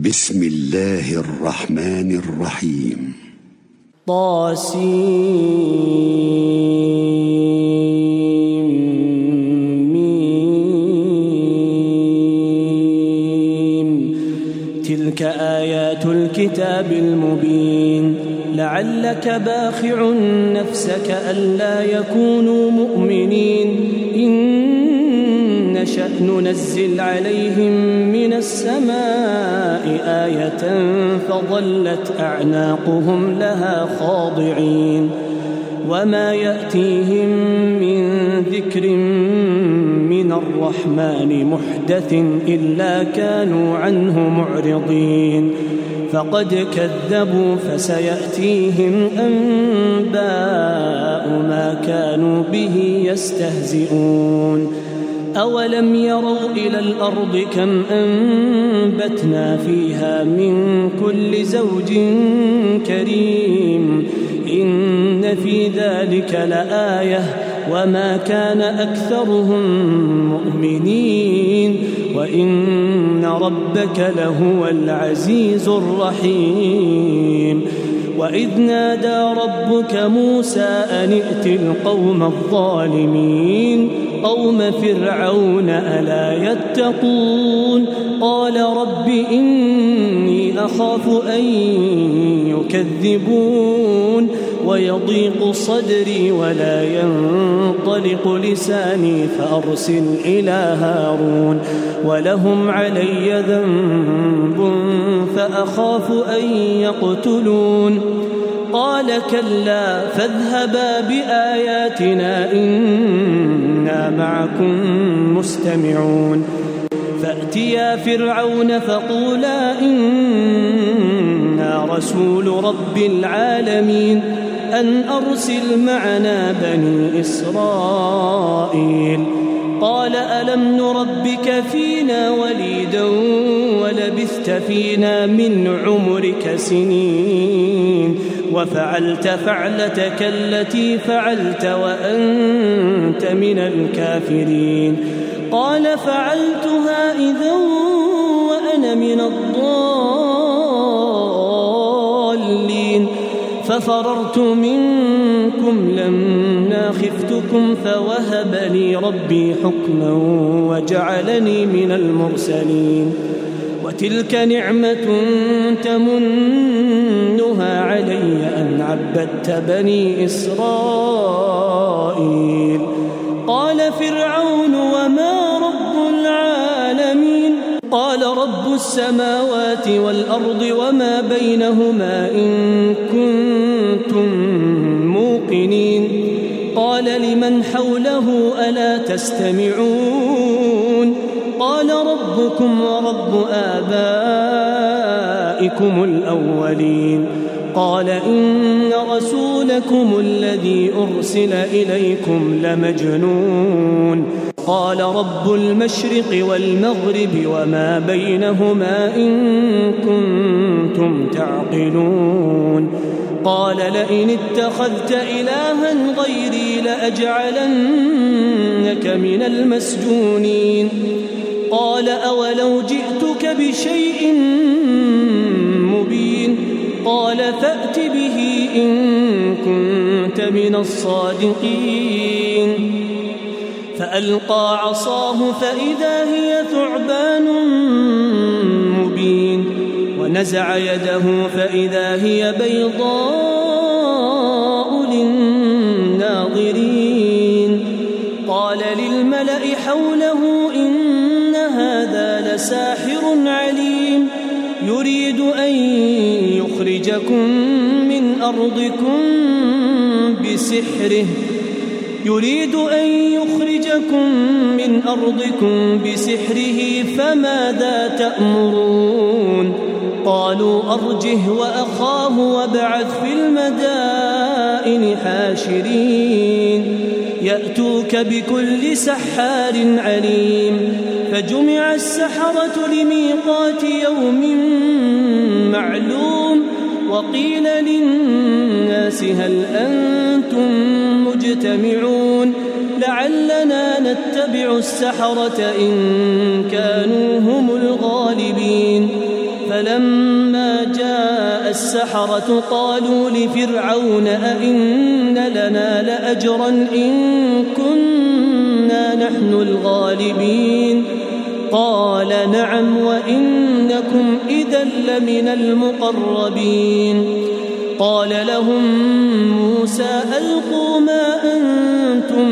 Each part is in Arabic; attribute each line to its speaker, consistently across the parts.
Speaker 1: بسم الله الرحمن الرحيم.
Speaker 2: طاسيم. تلك آيات الكتاب المبين. لعلك باخع نفسك ألا يكونوا مؤمنين إن نشأ ننزل عليهم من السماء آية فظلت أعناقهم لها خاضعين وما يأتيهم من ذكر من الرحمن محدث إلا كانوا عنه معرضين فقد كذبوا فسيأتيهم أنباء ما كانوا به يستهزئون. أولم يروا إلى الأرض كم أنبتنا فيها من كل زوج كريم إن في ذلك لآية وما كان أكثرهم مؤمنين وإن ربك لهو العزيز الرحيم. وإذ نادى ربك موسى أن ائت القوم الظالمين قوم فرعون ألا يتقون قال رب إني أخاف أن يكذبون ويضيق صدري ولا ينطلق لساني فأرسل إلى هارون ولهم علي ذنب فأخاف أن يقتلون قال كلا فاذهبا بآياتنا إنا معكم مستمعون. فأتيا فرعون فقولا إنا رسول رب العالمين أن أرسل معنا بني إسرائيل. قال ألم نربك فينا وليدا ولبثت فينا من عمرك سنين وفعلت فعلتك التي فعلت وأنت من الكافرين. قال فعلتها إذا وأنا من الضالين ففررت منكم لما خفتكم فوهب لي ربي حكما وجعلني من المرسلين. وتلك نعمة تمنها علي أن عبدت بني إسرائيل. قال فرعون وما رب العالمين قال رب السماوات والأرض وما بينهما إن كنتم موقنين. قال لمن حوله ألا تستمعون قال ربكم ورب آبائكم الأولين. قال إن رسولكم الذي أرسل إليكم لمجنون. قال رب المشرق والمغرب وما بينهما إن كنتم تعقلون. قال لئن اتخذت إلها غيري لأجعلنك من المسجونين. قال أولو جئتك بشيء مبين قال فأت به إن كنت من الصادقين. فألقى عصاه فإذا هي ثعبان مبين ونزع يده فإذا هي بيضاء للناظرين. قال للملأ حوله إن هذا لساحر عليم يريد أن يخرجكم من أرضكم بسحره فماذا تأمرون. قالوا أرجه وأخاه وابعث في المدائن حاشرين يأتوك بكل سحار عليم. فجمع السحرة لميقات يوم معلوم وقيل للناس هل أنتم مجتمعون لعلنا نتبع السحرة إن كانوا هم الغالبين. فلما جاء السحرة قالوا لفرعون أئن لنا لأجرا إن كنا نحن الغالبين قال نعم وإنكم إذا لمن المقربين قال لهم موسى ألقوا ما أنتم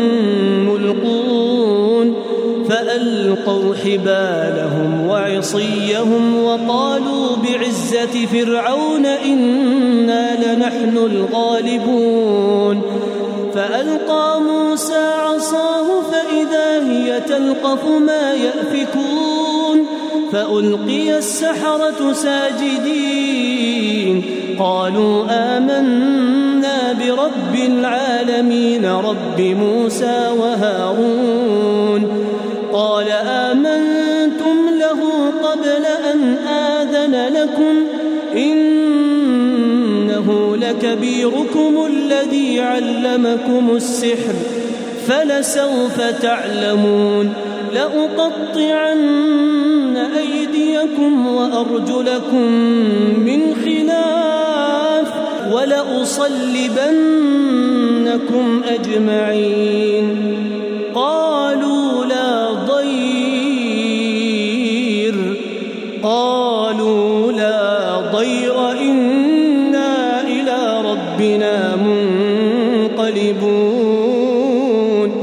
Speaker 2: ملقون فألقوا حبالهم وعصيهم وقالوا بعزة فرعون إنا لنحن الغالبون فألقى موسى عصاه فإذا هي تلقف ما يأفكون فألقي السحرة ساجدين قالوا آمنا برب العالمين رب موسى وهارون قال آمنتم له قبل أن آذن لكم إنه لكبيركم الذي علمكم السحر فلسوف تعلمون لأقطعن أيديكم وأرجلكم من خلاف ولأصلبنكم أجمعين قالوا لا ضير إنا إلى ربنا منقلبون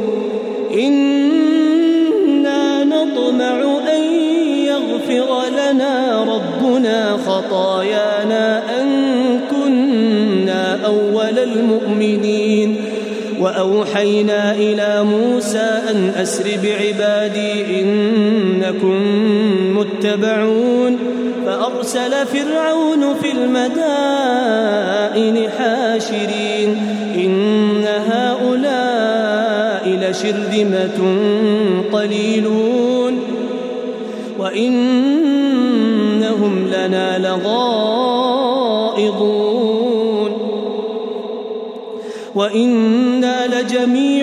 Speaker 2: إنا نطمع أن يغفر لنا ربنا خطايانا أن كنا أول المؤمنين وأوحينا إلى موسى أن أسر بعبادي إنكم متبعون فأرسل فرعون في المدائن حاشرين إن هؤلاء لشرذمة قليلون وإنهم لنا لغائظون وإنا لجميع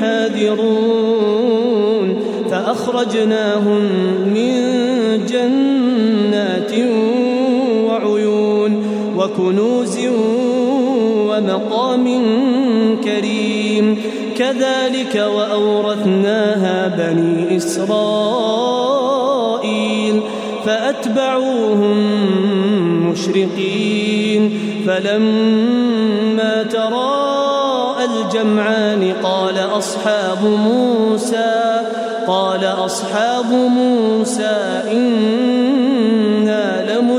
Speaker 2: حاذرون فأخرجناهم من جنات وعيون وكنوز ومقام كريم كذلك وأورثناها بني إسرائيل فأتبعوهم مشرقين فلما تراءى الجمعان قال أصحاب موسى إنا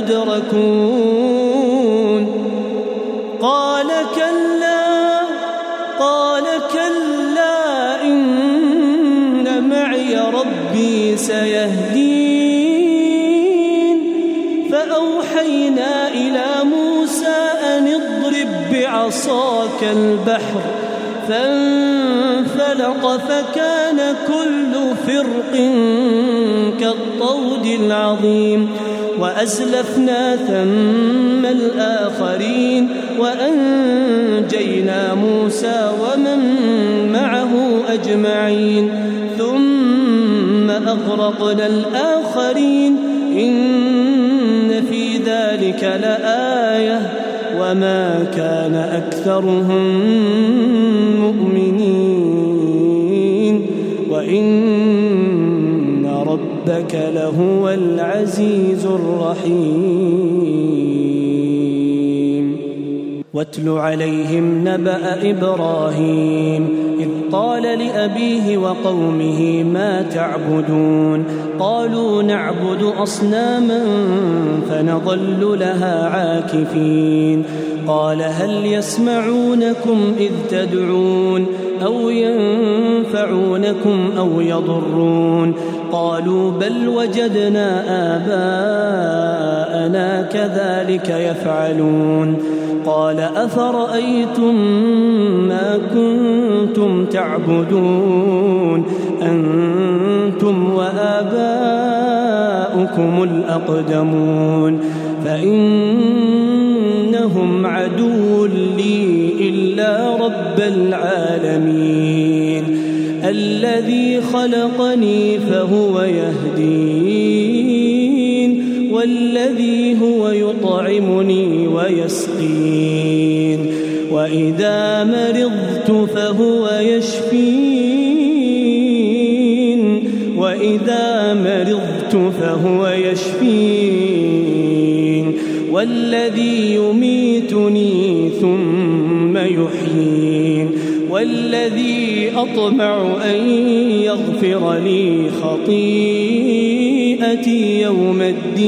Speaker 2: لمدركون قال كلا إن معي ربي سيهدين فأوحينا إلى موسى أن اضرب بعصاك البحر فانفلق فكان كل فرق كالطود العظيم وأزلفنا ثم الآخرين وأنجينا موسى ومن معه أجمعين ثم أغرقنا الآخرين إن في ذلك لآية وما كان أكثرهم مؤمنين وإن ربك لهو العزيز الرحيم واتل عليهم نبأ إبراهيم إذ قال لأبيه وقومه ما تعبدون قالوا نعبد أصناما فنظل لها عاكفين قال هل يسمعونكم إذ تدعون أو ينفعونكم أو يضرون قالوا بل وجدنا آباءنا كذلك يفعلون قال أفرأيتم ما كنتم تعبدون أنتم وآباؤكم الأقدمون فإنهم عدو لي إلا رب العالمين الذي خلقني فهو يهدين والذي هو يطعمني ويسقين وإذا مرضت فهو يشفين والذي يميتني ثم يحيين والذي أطمع أن يغفر لي خطيئتي يوم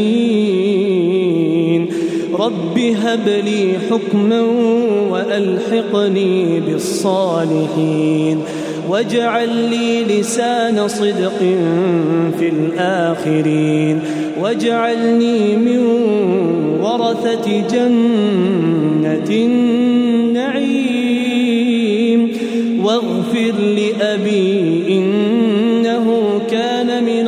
Speaker 2: الدين رب هب لي حكما وألحقني بالصالحين واجعل لي لسان صدق في الآخرين واجعلني من ورثة جنة النعيم واغفر لأبي إنه كان من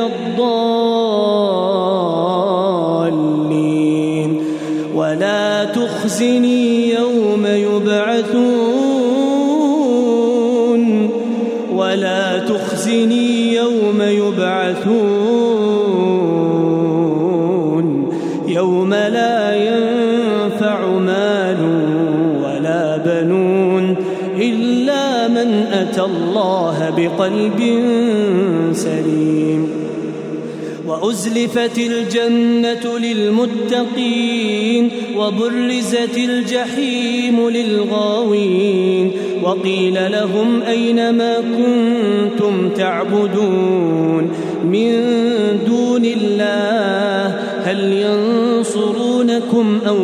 Speaker 2: الضالين ولا تخزني يوم يبعثون يوم لا ينفع مال ولا بنون إلا من أتى الله بقلب سليم وأزلفت الجنة للمتقين وبرزت الجحيم للغاوين وقيل لهم أين ما كنتم تعبدون من دون الله هل ينصرونكم أو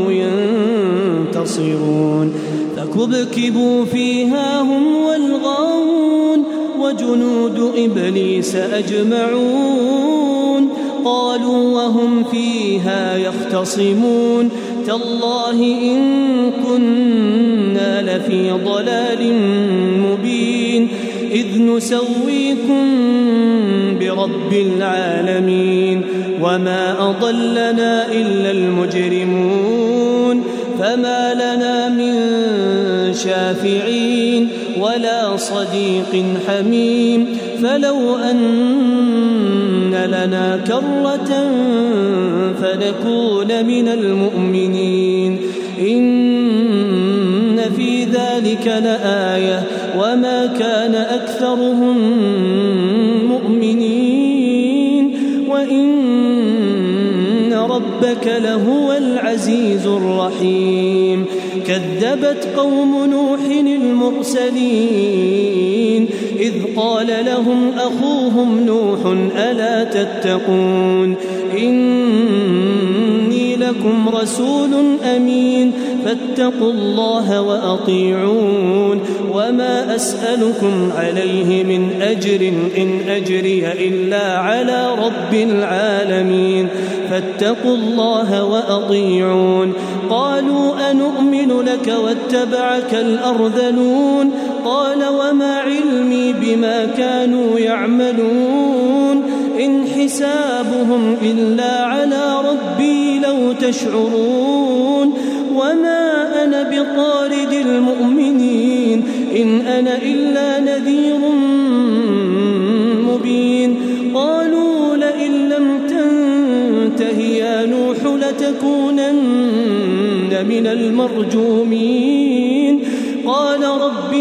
Speaker 2: ينتصرون فكبكبوا فيها هم والغاوون وجنود إبليس أجمعون قالوا وهم فيها يختصمون تالله إن كنا لفي ضلال مبين إذ نسويكم برب العالمين وما أضلنا إلا المجرمون فما لنا من شافعين ولا صديق حميم فلو أن لنا كرة فنكون من المؤمنين إن في ذلك لآية وما كان أكثرهم مؤمنين وإن ربك لهو العزيز الرحيم كذبت قوم نوح المرسلين إذ قال لهم أخوهم نوح ألا تتقون إني لكم رسول أمين فاتقوا الله وأطيعون وما أسألكم عليه من أجر إن أجري إلا على رب العالمين فاتقوا الله وأطيعون قالوا أنؤمن لك واتبعك الأرذلون قال وما علمي بما كانوا يعملون إن حسابهم إلا على ربي لو تشعرون وما أنا بطارد المؤمنين إن أنا إلا نذير مبين قالوا لئن لم تنته يا نوح لتكونن من المرجومين قال رب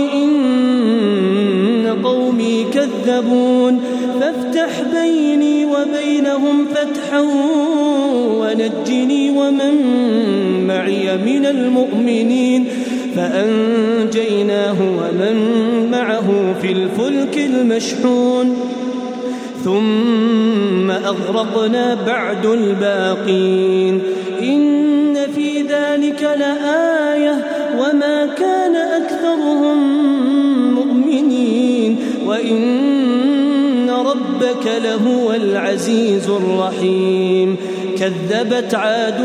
Speaker 2: إن قومي كذبون فافتح بيني وبينهم فتحا ونجني ومن معي من المؤمنين فأنجيناه ومن معه في الفلك المشحون ثم أغرقنا بعد الباقين إن في ذلك لآية وما كان أكثرهم مؤمنين وإن ربك لهو العزيز الرحيم كذبت عاد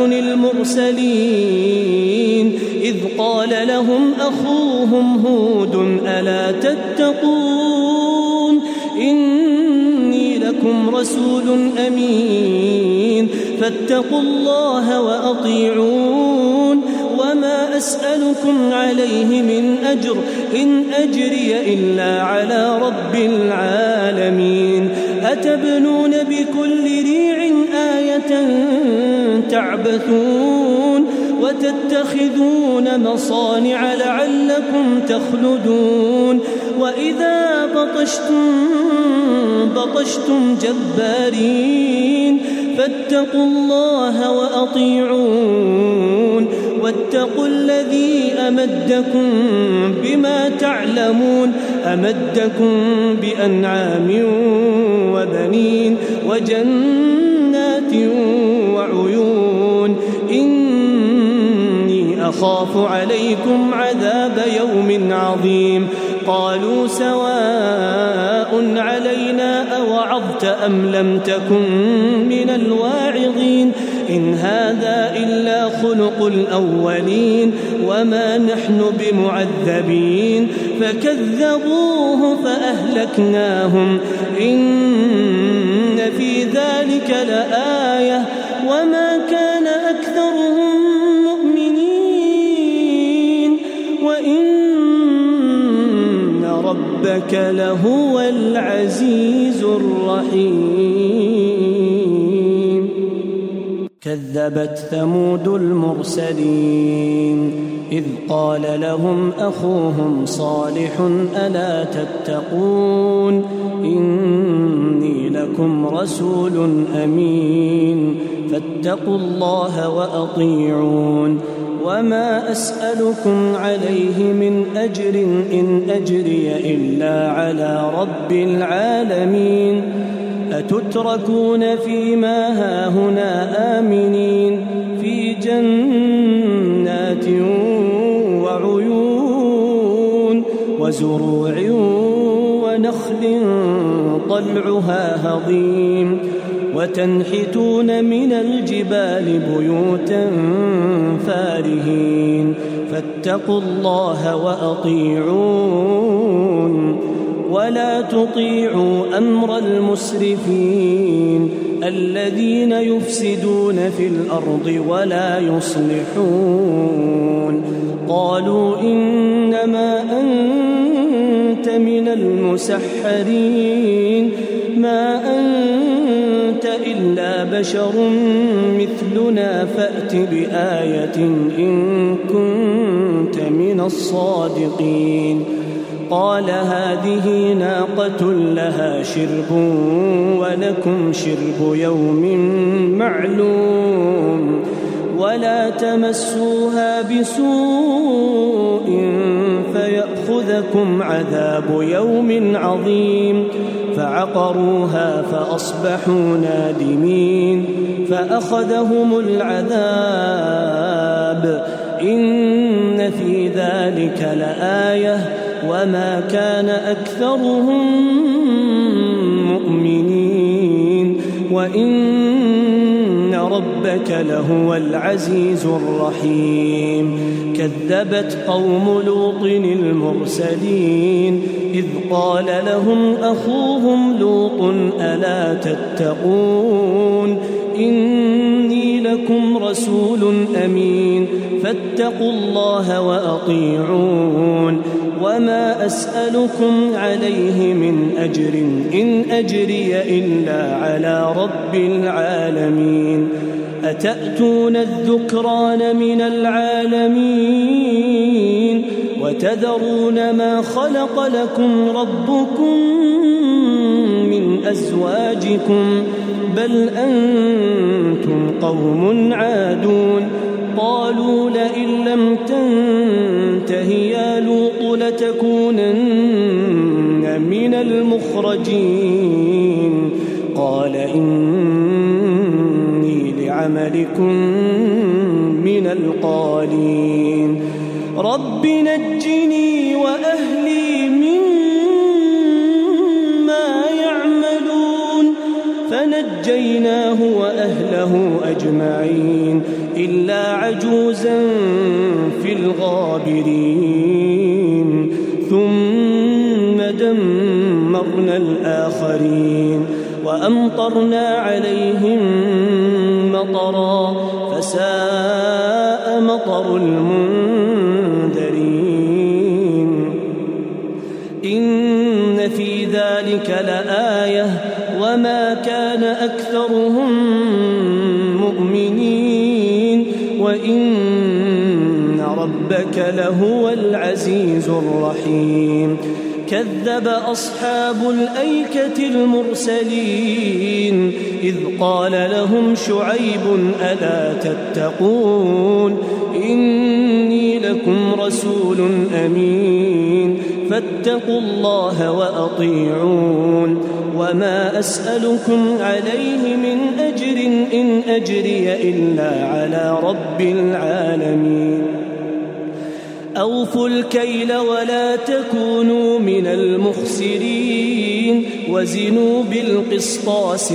Speaker 2: المرسلين إذ قال لهم أخوهم هود ألا تتقون إني لكم رسول أمين فاتقوا الله وأطيعون وما أسألكم عليه من أجر إن أجري إلا على رب العالمين أتبنون بكل ريع آية تعبثون وتتخذون مصانع لعلكم تخلدون وإذا بطشتم جبارين فاتقوا الله وأطيعون واتقوا الذي أمدكم بما تعلمون أمدكم بأنعام وبنين وجنات وعيون إني أخاف عليكم عذاب يوم عظيم قالوا سواء علينا أوعظت أم لم تكن من الواعظين إن هذا إلا خلق الأولين وما نحن بمعذبين فكذبوه فأهلكناهم إن في ذلك لآية وما كان أكثرهم مؤمنين وإن ربك لهو العزيز الرحيم كذبت ثمود المرسلين إذ قال لهم أخوهم صالح ألا تتقون إني لكم رسول أمين فاتقوا الله وأطيعون وما أسألكم عليه من أجر إن أجري إلا على رب العالمين أتتركون فيما هاهنا آمنين في جنات وعيون وزروع ونخل طلعها هضيم وتنحتون من الجبال بيوتا فارهين فاتقوا الله وأطيعون ولا تطيعوا أمر المسرفين الذين يفسدون في الأرض ولا يصلحون قالوا إنما أنت من المسحرين ما أنت إلا بشر مثلنا فأت بآية إن كنت من الصادقين قال هذه ناقة لها شرب ولكم شرب يوم معلوم ولا تمسوها بسوء فيأخذكم عذاب يوم عظيم فعقروها فأصبحوا نادمين فأخذهم العذاب إن في ذلك لآية وما كان أكثرهم مؤمنين وإن ربك لهو العزيز الرحيم كذبت قوم لوط المرسلين إذ قال لهم أخوهم لوط ألا تتقون إني لكم رسول أمين فاتقوا الله وأطيعون وما أسألكم عليه من أجر إن أجري إلا على رب العالمين أتأتون الذكران من العالمين وتذرون ما خلق لكم ربكم من أزواجكم بل أنتم قوم عادون قالوا لئن لم تنته يا لوط لتكونن من المخرجين قال إني لعملكم من القالين رب نجني وأهلي مما يعملون فنجيناه وأهله أجمعين إلا عجوزا في الغابرين ثم دمرنا الآخرين وأمطرنا عليهم مطرا فساء مطر المنذرين إن في ذلك لآية وما كان أكثرهم مؤمنين وإن ربك لهو العزيز الرحيم كذب أصحاب الأيكة المرسلين إذ قال لهم شعيب ألا تتقون إني لكم رسول أمين فاتقوا الله وأطيعون وما أسألكم عليه من أجر إن أجري إلا على رب العالمين أوفوا الكيل ولا تكونوا من المخسرين وزنوا بالقسطاس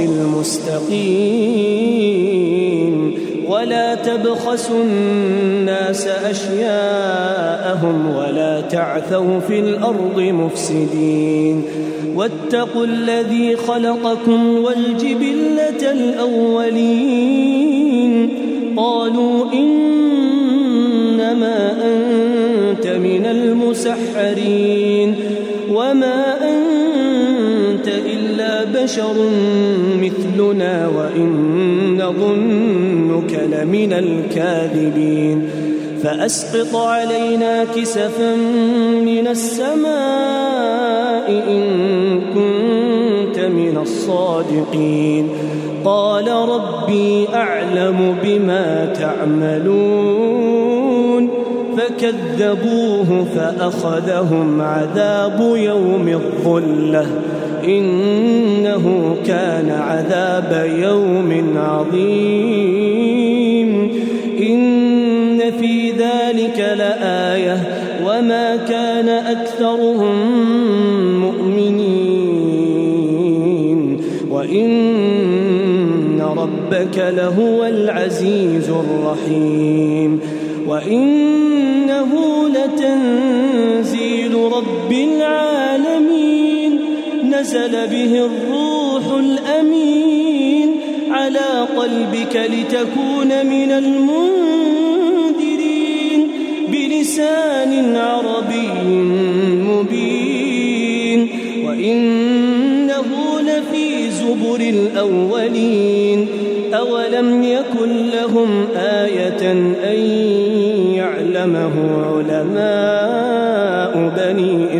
Speaker 2: المستقيم ولا تبخسوا الناس أشياءهم ولا تعثوا في الأرض مفسدين واتقوا الذي خلقكم والجبلة الأولين قالوا إنما أنت من المسحرين وما أنت إلا بشر مثلنا وإن نظنك لمن الكاذبين فأسقط علينا كسفا من السماء إن كنت من الصادقين قال ربي أعلم بما تعملون فكذبوه فأخذهم عذاب يوم الظلة إنه كان عذاب يوم عظيم إن في ذلك لآية وما كان أكثرهم مؤمنين وإن ربك لهو العزيز الرحيم وإنه لتنزيل رب العالمين نزل به الروح الأمين على قلبك لتكون من المنذرين بلسان عربي مبين وإنه لفي زبر الأولين أولم يكن لهم آية أن يعلمه علماء بني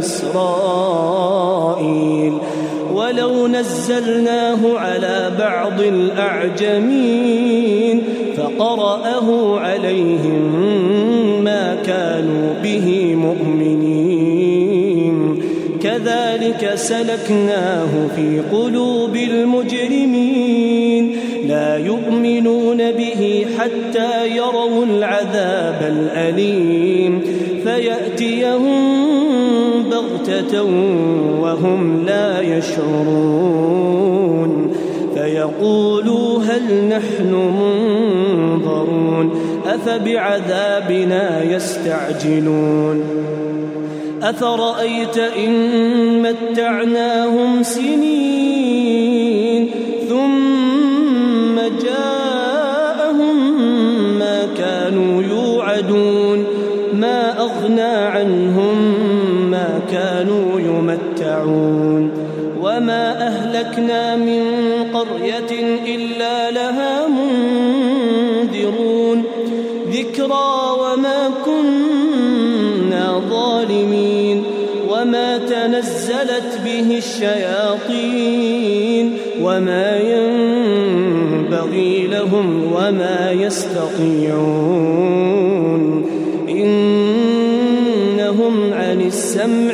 Speaker 2: إسرائيل ولو نزلناه على بعض الأعجمين فقرأه عليهم ما كانوا به مؤمنين كذلك سلكناه في قلوب المجرمين لا يؤمنون به حتى يروا العذاب الأليم فيأتيهم بغتة وهم لا يشعرون فيقولوا هل نحن منظرون أفبعذابنا يستعجلون أفرأيت إن متعناهم سنين ثم جاءهم ما كانوا يوعدون ما أغنى عنهم ما كانوا يمتعون وما أهلكنا من قرية إلا لها منذرون ذكرى وما كنا ظالمين وما تنزلت به الشياطين وما ينبغي لهم وما يستطيعون إنهم عن السمع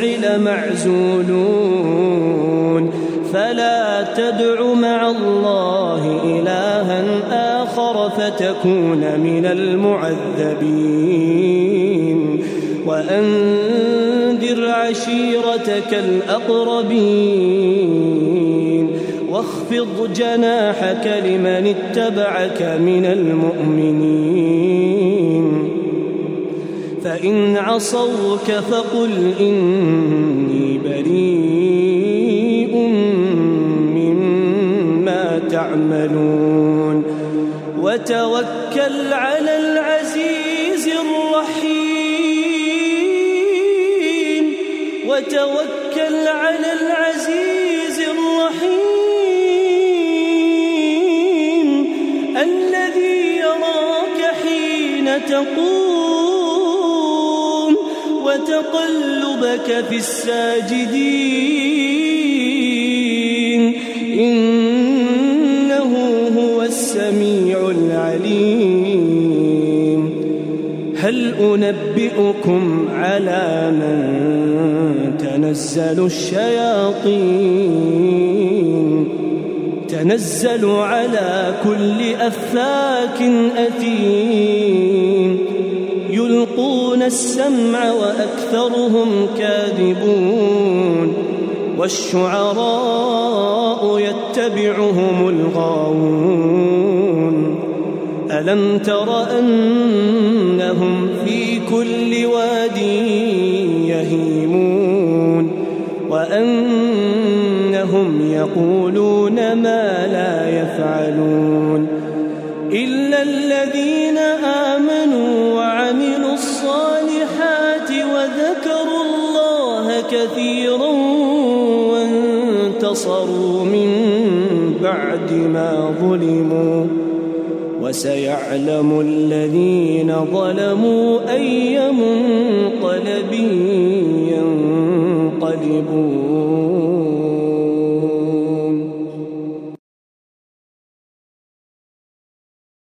Speaker 2: لمعزولون فلا تدع مع الله إلها آخر فتكون من المعذبين وأنذر عشيرتك الأقربين واخفض جناحك لمن اتبعك من المؤمنين فإن عصوك فقل إني بريء مما تعملون وتوكل على العزيز الرحيم وتوكل على العزيز الرحيم الذي يراك حين تقوم وتقلبك في الساجدين إنه هو السميع العليم هل أنبئكم على من تنزل الشياطين تنزل على كل أفاك أثيم يلقون السمع وأكثرهم كاذبون والشعراء يتبعهم الغاوون ألم تر أنهم في كل واد يهيمون وأنهم يقولون ما لا يفعلون إلا الذين آمنوا وعملوا الصالحات وذكروا الله كثيرا وانتصروا من بعد ما ظلموا وسيعلم الذين ظلموا أي منقلب ينقلبون